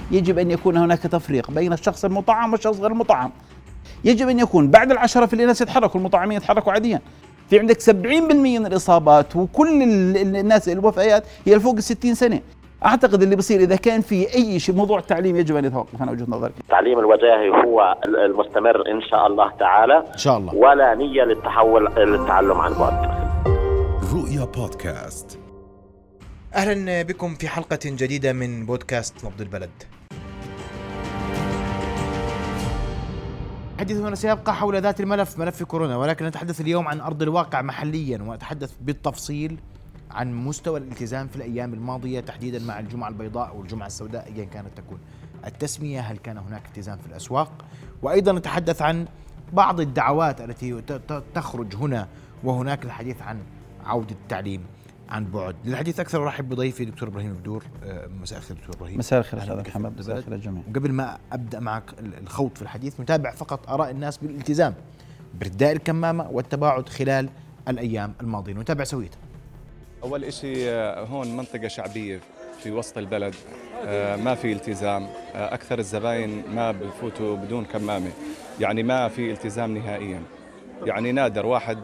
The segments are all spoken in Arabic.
يجب أن يكون هناك تفريق بين الشخص المطعم والشخص غير المطعم. يجب أن يكون بعد 10 في الناس يتحركوا، المطعمين يتحركوا عاديا. في عندك 70% من الإصابات وكل الناس الوفيات هي فوق 60 سنة. أعتقد اللي بصير إذا كان في أي شيء موضوع التعليم يجب أن يتوقف. أنا وجهة نظري التعليم الوجاهي هو المستمر إن شاء الله تعالى، إن شاء الله، ولا نية للتعلم عن بعد. رؤيا بودكاست. أهلا بكم في حلقة جديدة من بودكاست نبض البلد. حديثنا سيبقى حول ذات الملف، ملف كورونا، ولكن نتحدث اليوم عن أرض الواقع محليا، ونتحدث بالتفصيل عن مستوى الالتزام في الأيام الماضية، تحديدا مع الجمعة البيضاء والجمعة السوداء أيا كانت تكون التسمية. هل كان هناك التزام في الأسواق؟ وأيضا نتحدث عن بعض الدعوات التي تخرج هنا وهناك للحديث عن عودة التعليم عن بعد. للحديث أكثر أرحب بضيفي دكتور إبراهيم البدور. مساء الخير دكتور إبراهيم. مساء الخير أستاذ محمد. مساء الخير للجميع. وقبل ما أبدأ معك الخوض في الحديث، نتابع فقط آراء الناس بالالتزام بارتداء الكمامة والتباعد خلال الأيام الماضية، نتابع سوية. أول إشي هون منطقة شعبية في وسط البلد، ما في التزام، أكثر الزباين ما بفوتوا بدون كمامة، يعني ما في التزام نهائيا، يعني نادر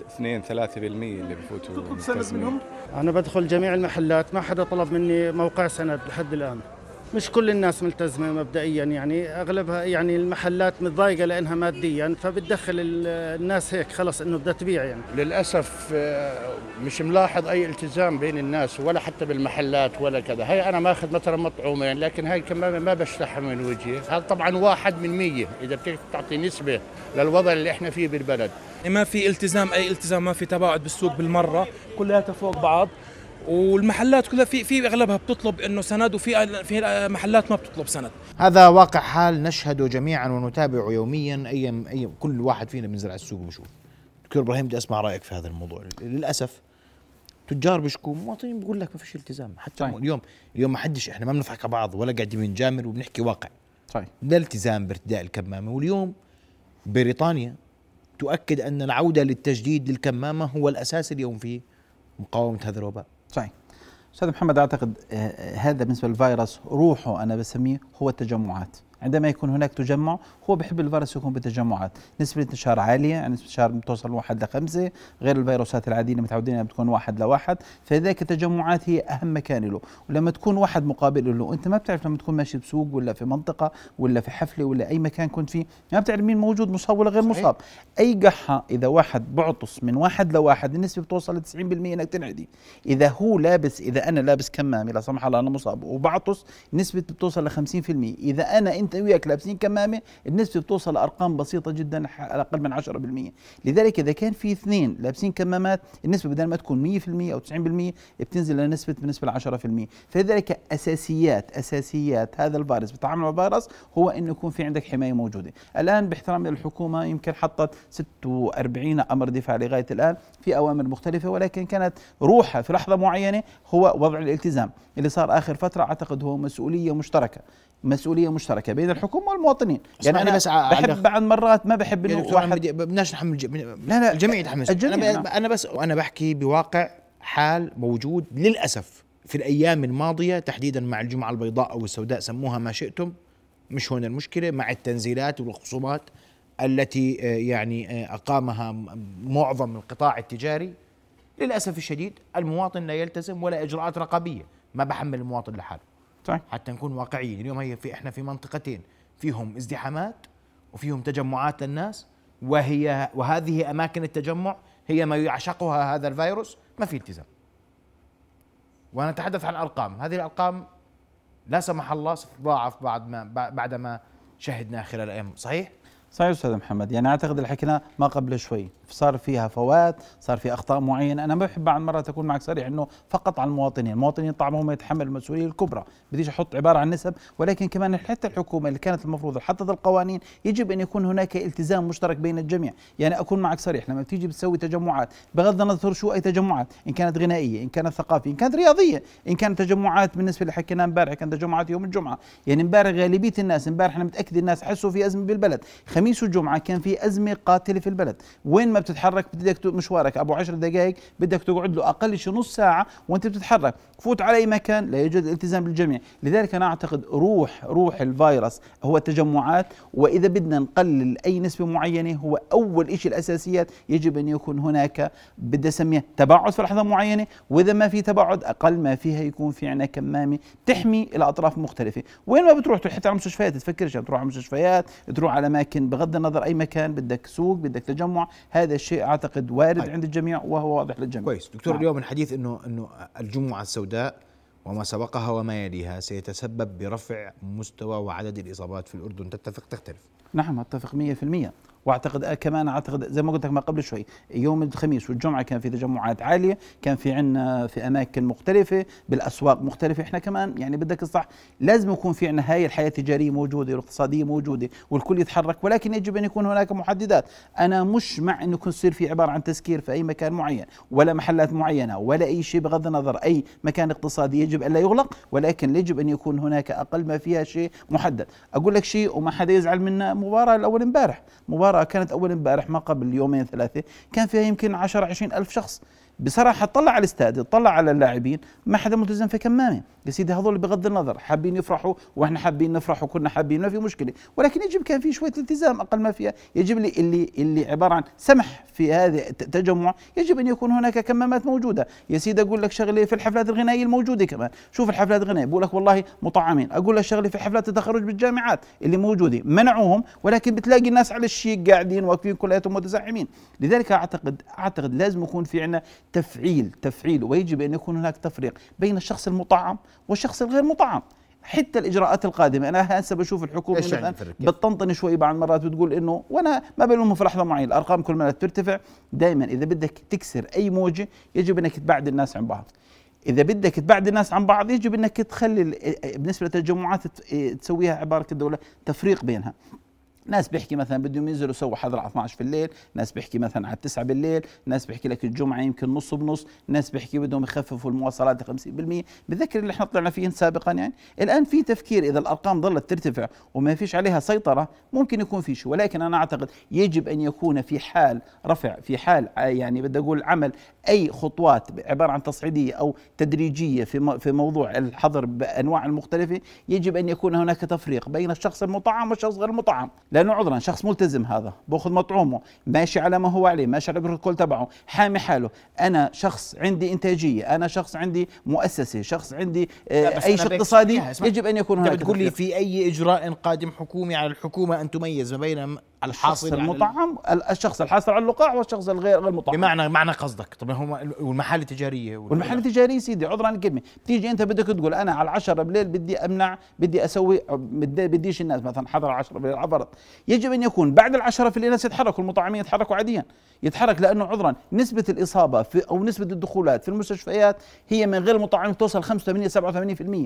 1-2-3% اللي بفوتوا ملتزمين. أنا بدخل جميع المحلات، ما حدا طلب مني موقع سند لحد الآن. مش كل الناس ملتزمة مبدئيا، يعني أغلبها، يعني المحلات متضايقة لأنها ماديا فبتدخل الناس هيك خلص إنه بدها تبيع. يعني للأسف مش ملاحظ أي التزام بين الناس ولا حتى بالمحلات ولا كذا. هاي أنا ماخذ مثلا مطعومين، لكن هاي كمان ما بشتحها من وجهي. هذا طبعا 1% إذا بدك تعطي نسبة للوضع اللي إحنا فيه بالبلد. ما في التزام، أي التزام، ما في تباعد بالسوق بالمرة، كلها فوق بعض. والمحلات كلها في اغلبها بتطلب انه سند، وفي محلات ما بتطلب سند. هذا واقع حال نشهده جميعا ونتابعه يوميا. اي كل واحد فينا بينزل على السوق وبشوف. دكتور ابراهيم، بدي اسمع رايك في هذا الموضوع. للاسف تجار بيشكوا، مواطنين بيقول لك ما فيش التزام. حتى اليوم ما حدش، احنا ما بنضحك على بعض ولا قاعدين بنجامل وبنحكي واقع. صحيح. لا التزام بارتداء الكمامه. واليوم بريطانيا تؤكد ان العوده للتجديد للكمامه هو الاساس اليوم في مقاومه هذا الوباء. صحيح. أستاذ محمد، أعتقد هذا بالنسبة للفيروس روحه أنا بسميه هو التجمعات. عندما يكون هناك تجمع، هو بحب الفيروس يكون بتجمعات، نسبة انتشار عالية، يعني نسبة انتشار بتوصل 1-5، غير الفيروسات العادية اللي متعودين انها بتكون 1-1. فذلك التجمعات هي أهم مكان له. ولما تكون واحد مقابل له، أنت ما بتعرف لما تكون ماشي بسوق ولا في منطقة ولا في حفلة ولا أي مكان كنت فيه، ما بتعرف مين موجود مصاب ولا غير مصاب. أي قحة إذا واحد بعطس من 1-1 النسبة بتوصل ل 90% إنك تنعدي. إذا هو لابس، إذا أنا لابس كمامة لا سمح الله أنا مصاب وبعطس، النسبة بتوصل ل 50%. إذا أنت وياك لابسين كمامة، النسبة بتوصل لأرقام بسيطة جدا، أقل من 10%. لذلك إذا كان في 2 لابسين كمامات، النسبة بدل ما تكون 100% أو 90% بتنزل لنسبة بالنسبة ل 10%. فلذلك أساسيات هذا الفيروس بتعامل مع الفيروس هو إنه يكون في عندك حماية موجودة. الآن باحترام الحكومة يمكن حطت 46 أمر دفاع لغاية الآن في أوامر مختلفة، ولكن كانت روحها في لحظة معينة هو وضع الالتزام. اللي صار آخر فترة أعتقد هو مسؤولية مشتركة بين الحكومة والمواطنين. يعني أنا بس بحب بعض مرات ما بحب إنه واحد بدناش نحمل لا الجميع يتحمس. أنا بحكي بواقع حال موجود للأسف في الأيام الماضية، تحديدا مع الجمعة البيضاء أو السوداء، سموها ما شئتم. مش هنا المشكلة، مع التنزيلات والخصومات التي يعني أقامها معظم القطاع التجاري. للأسف الشديد المواطن لا يلتزم ولا إجراءات رقابية. ما بحمل المواطن لحاله. صحيح. حتى نكون واقعيين، اليوم احنا في منطقتين فيهم ازدحامات وفيهم تجمعات للناس، وهذه أماكن التجمع هي ما يعشقها هذا الفيروس. ما في التزام. ونتحدث عن أرقام، هذه الأرقام لا سمح الله ستضاعف بعدما شهدنا خلال الأيام. صحيح أستاذ محمد، يعني أعتقد اللي حكيناه ما قبل شوي صار فيها فوات، صار في أخطاء معينة. أنا ما بحب بعض مرات أكون معك صريح إنه فقط على المواطنين طبعا هم يتحملوا المسؤولية الكبرى، بديش أحط عبارة عن نسب، ولكن كمان حتى الحكومة اللي كانت المفروض حطت القوانين يجب أن يكون هناك التزام مشترك بين الجميع. يعني أكون معك صريح، لما بتيجي بتسوي تجمعات بغض النظر شو أي تجمعات، إن كانت غنائية، إن كانت ثقافية، إن كانت رياضية، إن كانت تجمعات بالنسبة اللي حكيناه امبارح كانت تجمعات يوم الجمعة. يعني امبارح غالبية الناس، امبارح أنا متأكد الناس حسوا في أزمة بالبلد. الخميس والجمعة كان في أزمة قاتلة في البلد، وين ما بتتحرك بدك مشوارك أبو 10 دقائق بدك تقعد له أقل شيء نص ساعة وأنت بتتحرك، فوت على أي مكان لا يوجد التزام بالجميع. لذلك أنا أعتقد روح الفيروس هو التجمعات، وإذا بدنا نقلل أي نسبة معينة هو أول شيء الأساسيات يجب أن يكون هناك بدي أسميه تباعد في لحظة معينة، وإذا ما في تباعد أقل ما فيها يكون في عنا كمامة تحمي إلى أطراف مختلفة. وين ما بتروح حتى على المستشفيات، تفكرش تروح على المستشفيات، تروح على أماكن بغض النظر أي مكان، بدك سوق، بدك تجمع، هذا الشيء أعتقد وارد عند الجميع وهو واضح للجميع. كويس دكتور. اليوم الحديث إنه الجمعة السوداء وما سبقها وما يليها سيتسبب برفع مستوى وعدد الإصابات في الأردن، تتفق تختلف؟ نعم أتفق 100%. واعتقد كمان اعتقد زي ما قلت لك ما قبل شوي، يوم الخميس والجمعه كان في تجمعات عاليه، كان في عندنا في اماكن مختلفه بالاسواق مختلفه. احنا كمان يعني بدك الصح لازم يكون في عندنا هاي الحياه التجاريه موجوده والاقتصاديه موجوده والكل يتحرك، ولكن يجب ان يكون هناك محددات. انا مش مع انه يكون يصير في عباره عن تسكير في اي مكان معين ولا محلات معينه ولا اي شيء، بغض النظر اي مكان اقتصادي يجب ان لا يغلق، ولكن يجب ان يكون هناك اقل ما فيها شيء محدد. اقول لك شيء وما حدا يزعل منا، مباراه الاول امبارح، مباراة كانت أول امبارح ما قبل يومين ثلاثة، كان فيها يمكن 10-20 ألف شخص. بصراحة طلع على الاستاد، طلع على اللاعبين، ما حدا ملتزم في كمامة. يا سيدي هذول بغض النظر حابين يفرحوا واحنا حابين نفرح وكنا حابين، ما في مشكلة، ولكن يجب كان في شوية التزام أقل ما فيها. يجب اللي عبارة عن سمح في هذا التجمع يجب أن يكون هناك كمامات موجودة. يا سيدي أقول لك شغلة في الحفلات الغنائية الموجودة كمان، شوف الحفلات الغنائية بقول لك والله مطعمين. أقول لك شغلة في حفلات التخرج بالجامعات اللي موجودة منعوهم، ولكن بتلاقي الناس على الشيك قاعدين واقفين كلياتهم متزعمين. لذلك أعتقد لازم يكون في عندنا تفعيل، ويجب أن يكون هناك تفريق بين الشخص المطعم والشخص الغير مطعم. حتى الإجراءات القادمة أنا هسه بشوف الحكومة مثلا بتطنطن شوي بعض المرات بتقول إنه، وأنا ما بلومهم في لحظة معينة، الأرقام كل ما ترتفع. دائما إذا بدك تكسر أي موجة يجب أنك تبعد الناس عن بعض. إذا بدك تبعد الناس عن بعض يجب أنك تخلي بالنسبة للتجمعات تسويها عبارة الدولة تفريق بينها. ناس بيحكي مثلا بدهم ينزلوا يسووا حظر على 12 في الليل، ناس بيحكي مثلا على 9 بالليل، ناس بيحكي لك الجمعة يمكن نص بنص، ناس بيحكي بدهم يخففوا المواصلات 50%. بذكر اللي احنا طلعنا فيه سابقا، يعني الآن في تفكير إذا الأرقام ظلت ترتفع وما فيش عليها سيطرة ممكن يكون في شيء، ولكن أنا أعتقد يجب أن يكون في حال رفع، في حال يعني بدي أقول عمل أي خطوات عبارة عن تصعيدية أو تدريجية في موضوع الحظر بأنواع المختلفة، يجب أن يكون هناك تفريق بين الشخص المطعم والشخص غير المطعم. لأنه عذرا شخص ملتزم هذا باخذ مطعومه ماشي على ما هو عليه، ماشي على البروتوكول تبعه، حامي حاله. أنا شخص عندي إنتاجية، أنا شخص عندي مؤسسة، شخص عندي أي شيء اقتصادي، يجب أن يكون هناك. بتقول لي في أي إجراء قادم حكومي على الحكومة أن تميز ما بين الحاصل المطعم، الشخص الحاصل على اللقاح والشخص الغير مطعم. معنى قصدك طب هم والمحال التجارية والمحل التجاري سيدي عذرا الكلمة، بتيجي أنت بدك تقول أنا على 10 بالليل بدي أمنع، بدي أسوي، بديش الناس مثلا حضر 10 بالليل عبرت، يجب أن يكون بعد 10 في الناس يتحركوا، المطعمين يتحركوا عاديا، يتحرك. لأنه عذرا نسبة الإصابة أو نسبة الدخولات في المستشفيات هي من غير المطعمين توصل 85-87%.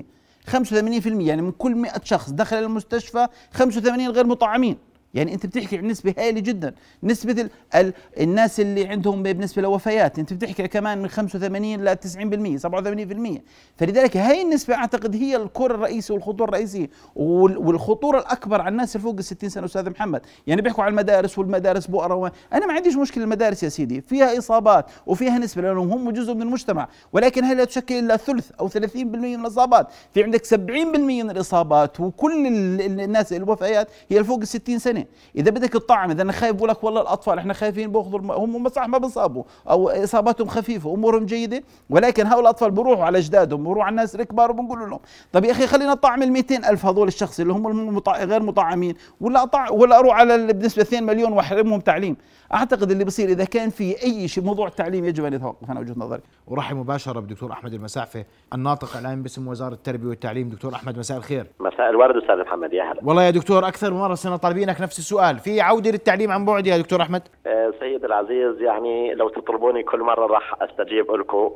85% يعني من كل 100 شخص دخل المستشفى 85 غير مطعمين. يعني انت بتحكي عن نسبه هائله جدا. نسبه الناس اللي عندهم بالنسبه لوفيات انت بتحكي كمان من 85 ل 90%، 87%. فلذلك هاي النسبه اعتقد هي الكور الرئيسي والخطوره الرئيسيه والخطوره الاكبر على الناس اللي فوق ال60 سنه. استاذ محمد يعني بيحكوا على المدارس والمدارس بؤره، انا ما عنديش مشكله، المدارس يا سيدي فيها اصابات وفيها نسبه لانهم هم جزء من المجتمع، ولكن هي لا تشكل الا ثلث او 30% من الاصابات. في عندك 70% من الاصابات وكل الناس الوفيات هي فوق ال60 سنه. اذا بدك الطعم، اذا انا خايف بقول لك والله الاطفال احنا خايفين باخذوا هم صح ما بنصابوا او اصاباتهم خفيفه امورهم جيده، ولكن هؤلاء الاطفال بيروحوا على اجدادهم، بيروحوا على الناس الكبار وبنقول لهم طب يا اخي خلينا نطعم ال 200,000 هذول الشخص اللي هم غير مطعمين، ولا اروح على بالنسبه 2 مليون واحرمهم تعليم. اعتقد اللي بصير اذا كان في اي شيء موضوع التعليم يجب ان يتوقف. انا وجهه نظري. ورحب مباشره بدكتور احمد المساعفه الناطق الان باسم وزاره التربيه والتعليم. دكتور احمد مساء الخير. مساء الورد استاذ محمد، يا هلا. والله يا دكتور اكثر من مره صرنا طالبينك نفس السؤال، في عوده للتعليم عن بعد يا دكتور احمد؟ سيد العزيز يعني لو تطلبوني كل مره راح استجيب لكم.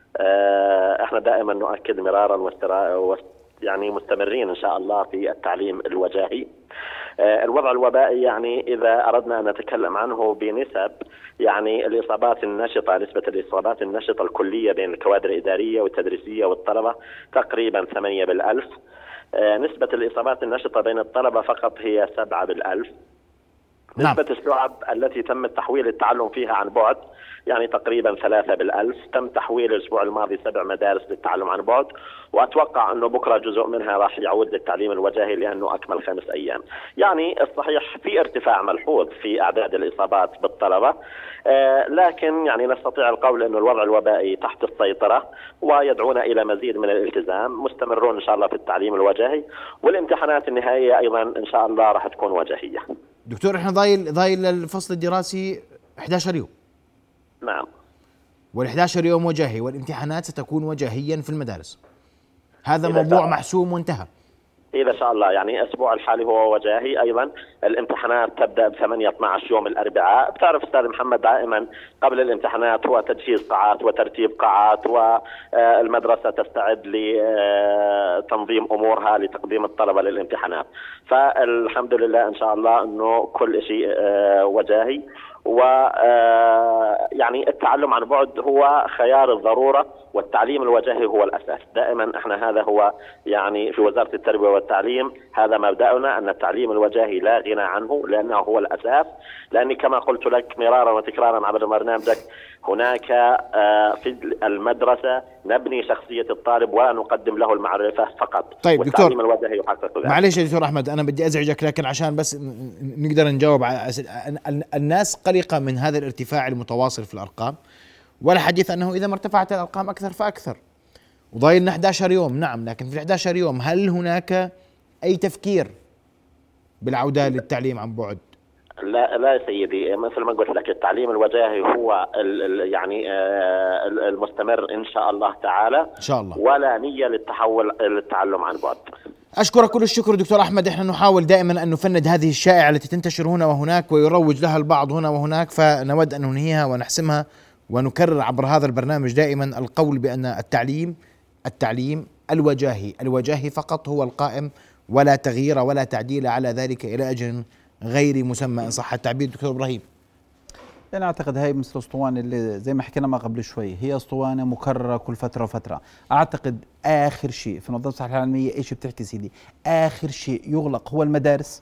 احنا دائما نؤكد مرارا يعني مستمرين ان شاء الله في التعليم الوجاهي. الوضع الوبائي يعني إذا أردنا أن نتكلم عنه بنسب، يعني الإصابات النشطة، نسبة الإصابات النشطة الكلية بين الكوادر الإدارية والتدريسية والطلبة تقريبا 8 بالألف. نسبة الإصابات النشطة بين الطلبة فقط هي 7 بالألف. نعم. نسبة الشعب التي تم تحويل التعلم فيها عن بعد يعني تقريبا 3 بالألف. تم تحويل الأسبوع الماضي 7 مدارس للتعلم عن بعد، وأتوقع أنه بكرة جزء منها راح يعود للتعليم الوجاهي لأنه أكمل 5 أيام. يعني الصحيح في ارتفاع ملحوظ في أعداد الإصابات بالطلبة، لكن يعني نستطيع القول أنه الوضع الوبائي تحت السيطرة ويدعونا إلى مزيد من الالتزام. مستمرون إن شاء الله في التعليم الوجاهي، والامتحانات النهائية أيضا إن شاء الله راح تكون وجاهية. دكتور احنا ضايل الفصل الدراسي 11 يوم. نعم. وال11 يوم وجاهي، والامتحانات ستكون وجاهيا في المدارس. هذا موضوع محسوم وانتهى. إذا شاء الله يعني الأسبوع الحالي هو وجاهي. أيضا الامتحانات تبدأ ب8-12 يوم الأربعاء. بتعرف أستاذ محمد دائما قبل الامتحانات هو تجهيز قاعات وترتيب قاعات، والمدرسة تستعد لتنظيم أمورها لتقديم الطلبة للامتحانات. فالحمد لله إن شاء الله أنه كل شيء وجاهي. ويعني التعلم عن بعد هو خيار الضرورة، والتعليم الوجاهي هو الأساس. دائما احنا هذا هو يعني في وزارة التربية والتعليم هذا مبدأنا، أن التعليم الوجاهي لا غنى عنه لأنه هو الأساس. لأني كما قلت لك مرارا وتكرارا عبر برنامجك، هناك في المدرسة نبني شخصية الطالب ولا نقدم له المعرفة فقط. طيب والتعليم الوجاهي يحقق ذلك. معلش يا دكتور أحمد، أنا بدي أزعجك لكن عشان بس نقدر نجاوب على الناس قلقة من هذا الارتفاع المتواصل في الأرقام، ولا حديث أنه إذا ما ارتفعت الأرقام أكثر فأكثر، وضايلنا 11 يوم. نعم، لكن في 11 يوم هل هناك أي تفكير بالعودة للتعليم عن بعد؟ لا يا سيدي، مثل ما قلت لك التعليم الوجاهي هو يعني المستمر إن شاء الله تعالى، إن شاء الله، ولا نية للتعلم عن بعد. أشكرك كل الشكر دكتور أحمد. إحنا نحاول دائما أن نفند هذه الشائعة التي تنتشر هنا وهناك ويروج لها البعض هنا وهناك، فنود أن ننهيها ونحسمها ونكرر عبر هذا البرنامج دائما القول بأن التعليم الوجاهي فقط هو القائم، ولا تغيير ولا تعديل على ذلك إلى أجل غير مسمى إن صح التعبير. دكتور إبراهيم، أنا أعتقد هاي مثل الأسطوانة اللي زي ما حكينا ما قبل شوي، هي أسطوانة مكررة كل فترة وفترة. أعتقد آخر شيء في منظمة الصحة العالمية إيش بتحكي سيدي؟ آخر شيء يغلق هو المدارس،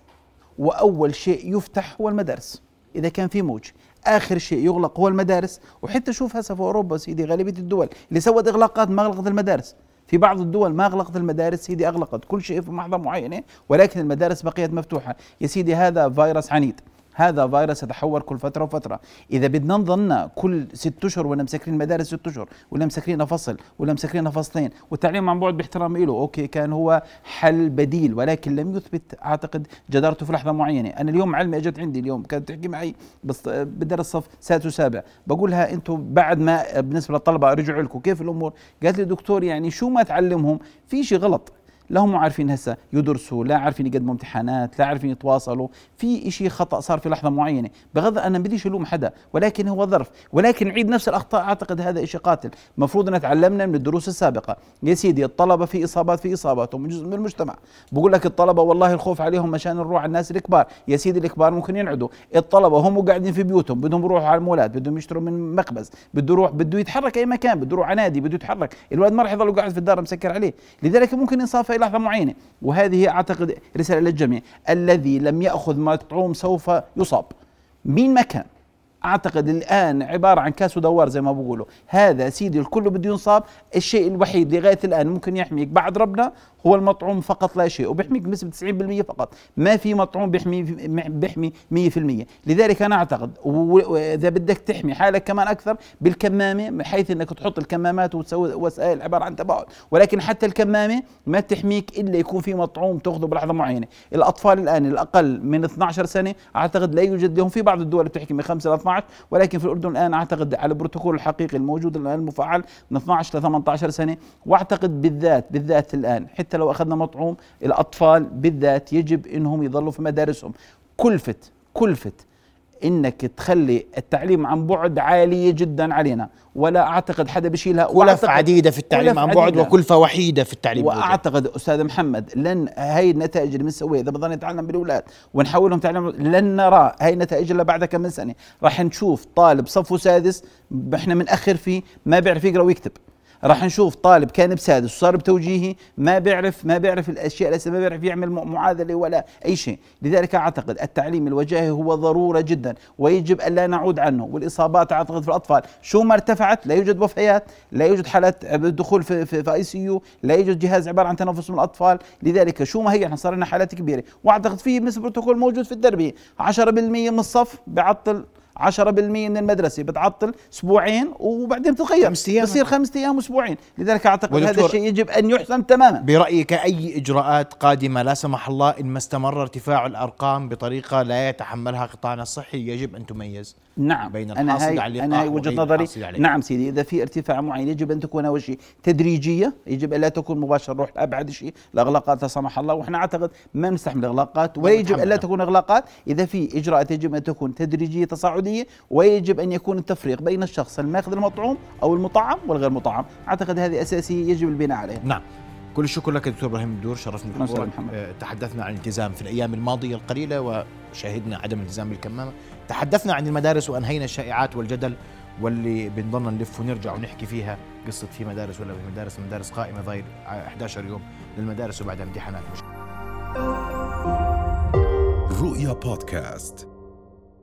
وأول شيء يفتح هو المدارس إذا كان في موج. آخر شيء يغلق هو المدارس. وحتى شوف هسه في أوروبا سيدي غالبية الدول اللي سوت إغلاقات ما أغلقت المدارس. في بعض الدول ما أغلقت المدارس سيدي، أغلقت كل شيء في لحظة معينة، ولكن المدارس بقيت مفتوحة. يا سيدي هذا فيروس عنيد، هذا فيروس يتحور كل فترة وفترة. إذا بدنا نظلنا كل 6 أشهر ولا مسكرين مدارس 6 أشهر ولا مسكرين فصل ولا مسكرين فصلين، والتعليم عن بعد باحترام له أوكي كان هو حل بديل، ولكن لم يثبت أعتقد جدارته في لحظة معينة. أنا اليوم علمي أجت عندي اليوم كانت تحكي معي بس بدرس صف 6 و7، بقولها أنتم بعد ما بالنسبة للطلبة رجعوا لكم كيف الأمور؟ قالت لي دكتور يعني شو ما تعلمهم في شيء غلط، لا هم عارفين هسه يدرسوا، لا عارفين يقدموا امتحانات، لا عارفين يتواصلوا، في شيء خطأ صار في لحظة معينة. بغض أنا بديش ألوم حدا، ولكن هو ظرف، ولكن نعيد نفس الأخطاء أعتقد هذا شيء قاتل. مفروض أن تعلمنا من الدروس السابقة. يا سيدي الطلبة في إصاباتهم جزء من المجتمع. بقول لك الطلبة والله الخوف عليهم مشان نروح على الناس الكبار. يا سيدي الكبار ممكن ينعدوا، الطلبة هم قاعدين في بيوتهم بدهم يروحوا على المولات، بدهم يشتروا من مخبز، بده يروح بده يتحرك أي مكان، بده يروح على نادي، بده يتحرك. الولد ما راح يضل قاعد في الدار مسكر عليه، لذلك ممكن ينصاف في لحظة معينة. وهذه أعتقد رسالة للجميع، الذي لم يأخذ مطعوم سوف يصاب. مين ما كان أعتقد الآن عبارة عن كاس ودوار زي ما بقولوا، هذا سيدي الكل بده ينصاب. الشيء الوحيد لغاية الآن ممكن يحميك بعد ربنا هو المطعوم فقط لا شيء، وبيحميك بنسبة 90% فقط. ما في مطعوم بيحمي 100%. لذلك أنا أعتقد وإذا بدك تحمي حالك كمان أكثر بالكمامة، بحيث أنك تحط الكمامات وتسوي وسائل عبارة عن تباعد، ولكن حتى الكمامة ما تحميك إلا يكون في مطعوم تأخذه بلحظة معينة. الأطفال الآن الأقل من 12 سنة أعتقد لا يوجد لهم، في بعض الدول بتحكي من 5 ل 12، ولكن في الأردن الآن أعتقد على البروتوكول الحقيقي الموجود الآن المفعل من 12 ل 18 سنة. وأعتقد بالذات الآن حتى لو أخذنا مطعوم، الأطفال بالذات يجب إنهم يظلوا في مدارسهم. كلفة إنك تخلي التعليم عن بعد عالية جدا علينا، ولا أعتقد حدا بيشيلها. كلف عديدة في التعليم عن بعد وكلفة وحيدة في التعليم. وأعتقد أستاذ محمد لن هاي النتائج اللي بنسويها إذا بدنا نتعلم بالأولاد ونحولهم تعليم لن نرى هاي النتائج إلا بعد كم من سنة. راح نشوف طالب صف سادس إحنا بنأخر فيه ما بيعرف يقرأ ويكتب، راح نشوف طالب كان بسادس وصار بتوجيهي ما بيعرف الاشياء، لسه ما بيعرف يعمل معادله ولا اي شيء. لذلك اعتقد التعليم الوجاهي هو ضروره جدا ويجب الا نعود عنه. والاصابات اعتقد في الاطفال شو ما ارتفعت، لا يوجد وفيات، لا يوجد حالات دخول في اي سي يو، لا يوجد جهاز عباره عن تنفس من الاطفال. لذلك شو ما هي احنا صار لنا حالات كبيره. واعتقد في نسبه بروتوكول موجود في التربيه، 10% من الصف بيعطل، 10% من المدرسة بتعطل أسبوعين وبعدين بتتغير، بصير 5 أيام وأسبوعين. لذلك أعتقد هذا الشيء يجب أن يحسم تماما. برأيك أي إجراءات قادمة لا سمح الله إن ما استمر ارتفاع الأرقام بطريقة لا يتحملها قطاعنا الصحي يجب أن تميز نعم بين الحاصل على أنا هاي وجهة نظري. نعم سيدي، إذا في ارتفاع معين يجب أن تكون أول شيء تدريجية، يجب أن لا تكون مباشرة نروح أبعد شيء الإغلاقات لا سمح الله. وإحنا أعتقد ما نستحمل إغلاقات، ويجب أن لا تكون إغلاقات. إذا في إجراءات يجب أن تكون تدريجية تصاعدية، ويجب أن يكون التفريق بين الشخص الماخذ المطعوم أو المطعم والغير مطعم. أعتقد هذه أساسية يجب البناء عليها. نعم، كل الشكر لك دكتور إبراهيم الدور، شرفنا بحضورك. تحدثنا عن الالتزام في الأيام الماضية القليلة وشاهدنا عدم الالتزام بالكمامة، تحدثنا عن المدارس وأنهينا الشائعات والجدل واللي بنضلنا نلف ونرجع ونحكي فيها قصة في مدارس ولا في مدارس قائمة ضايل 11 يوم للمدارس وبعدها امتحانات. رؤيا بودكاست.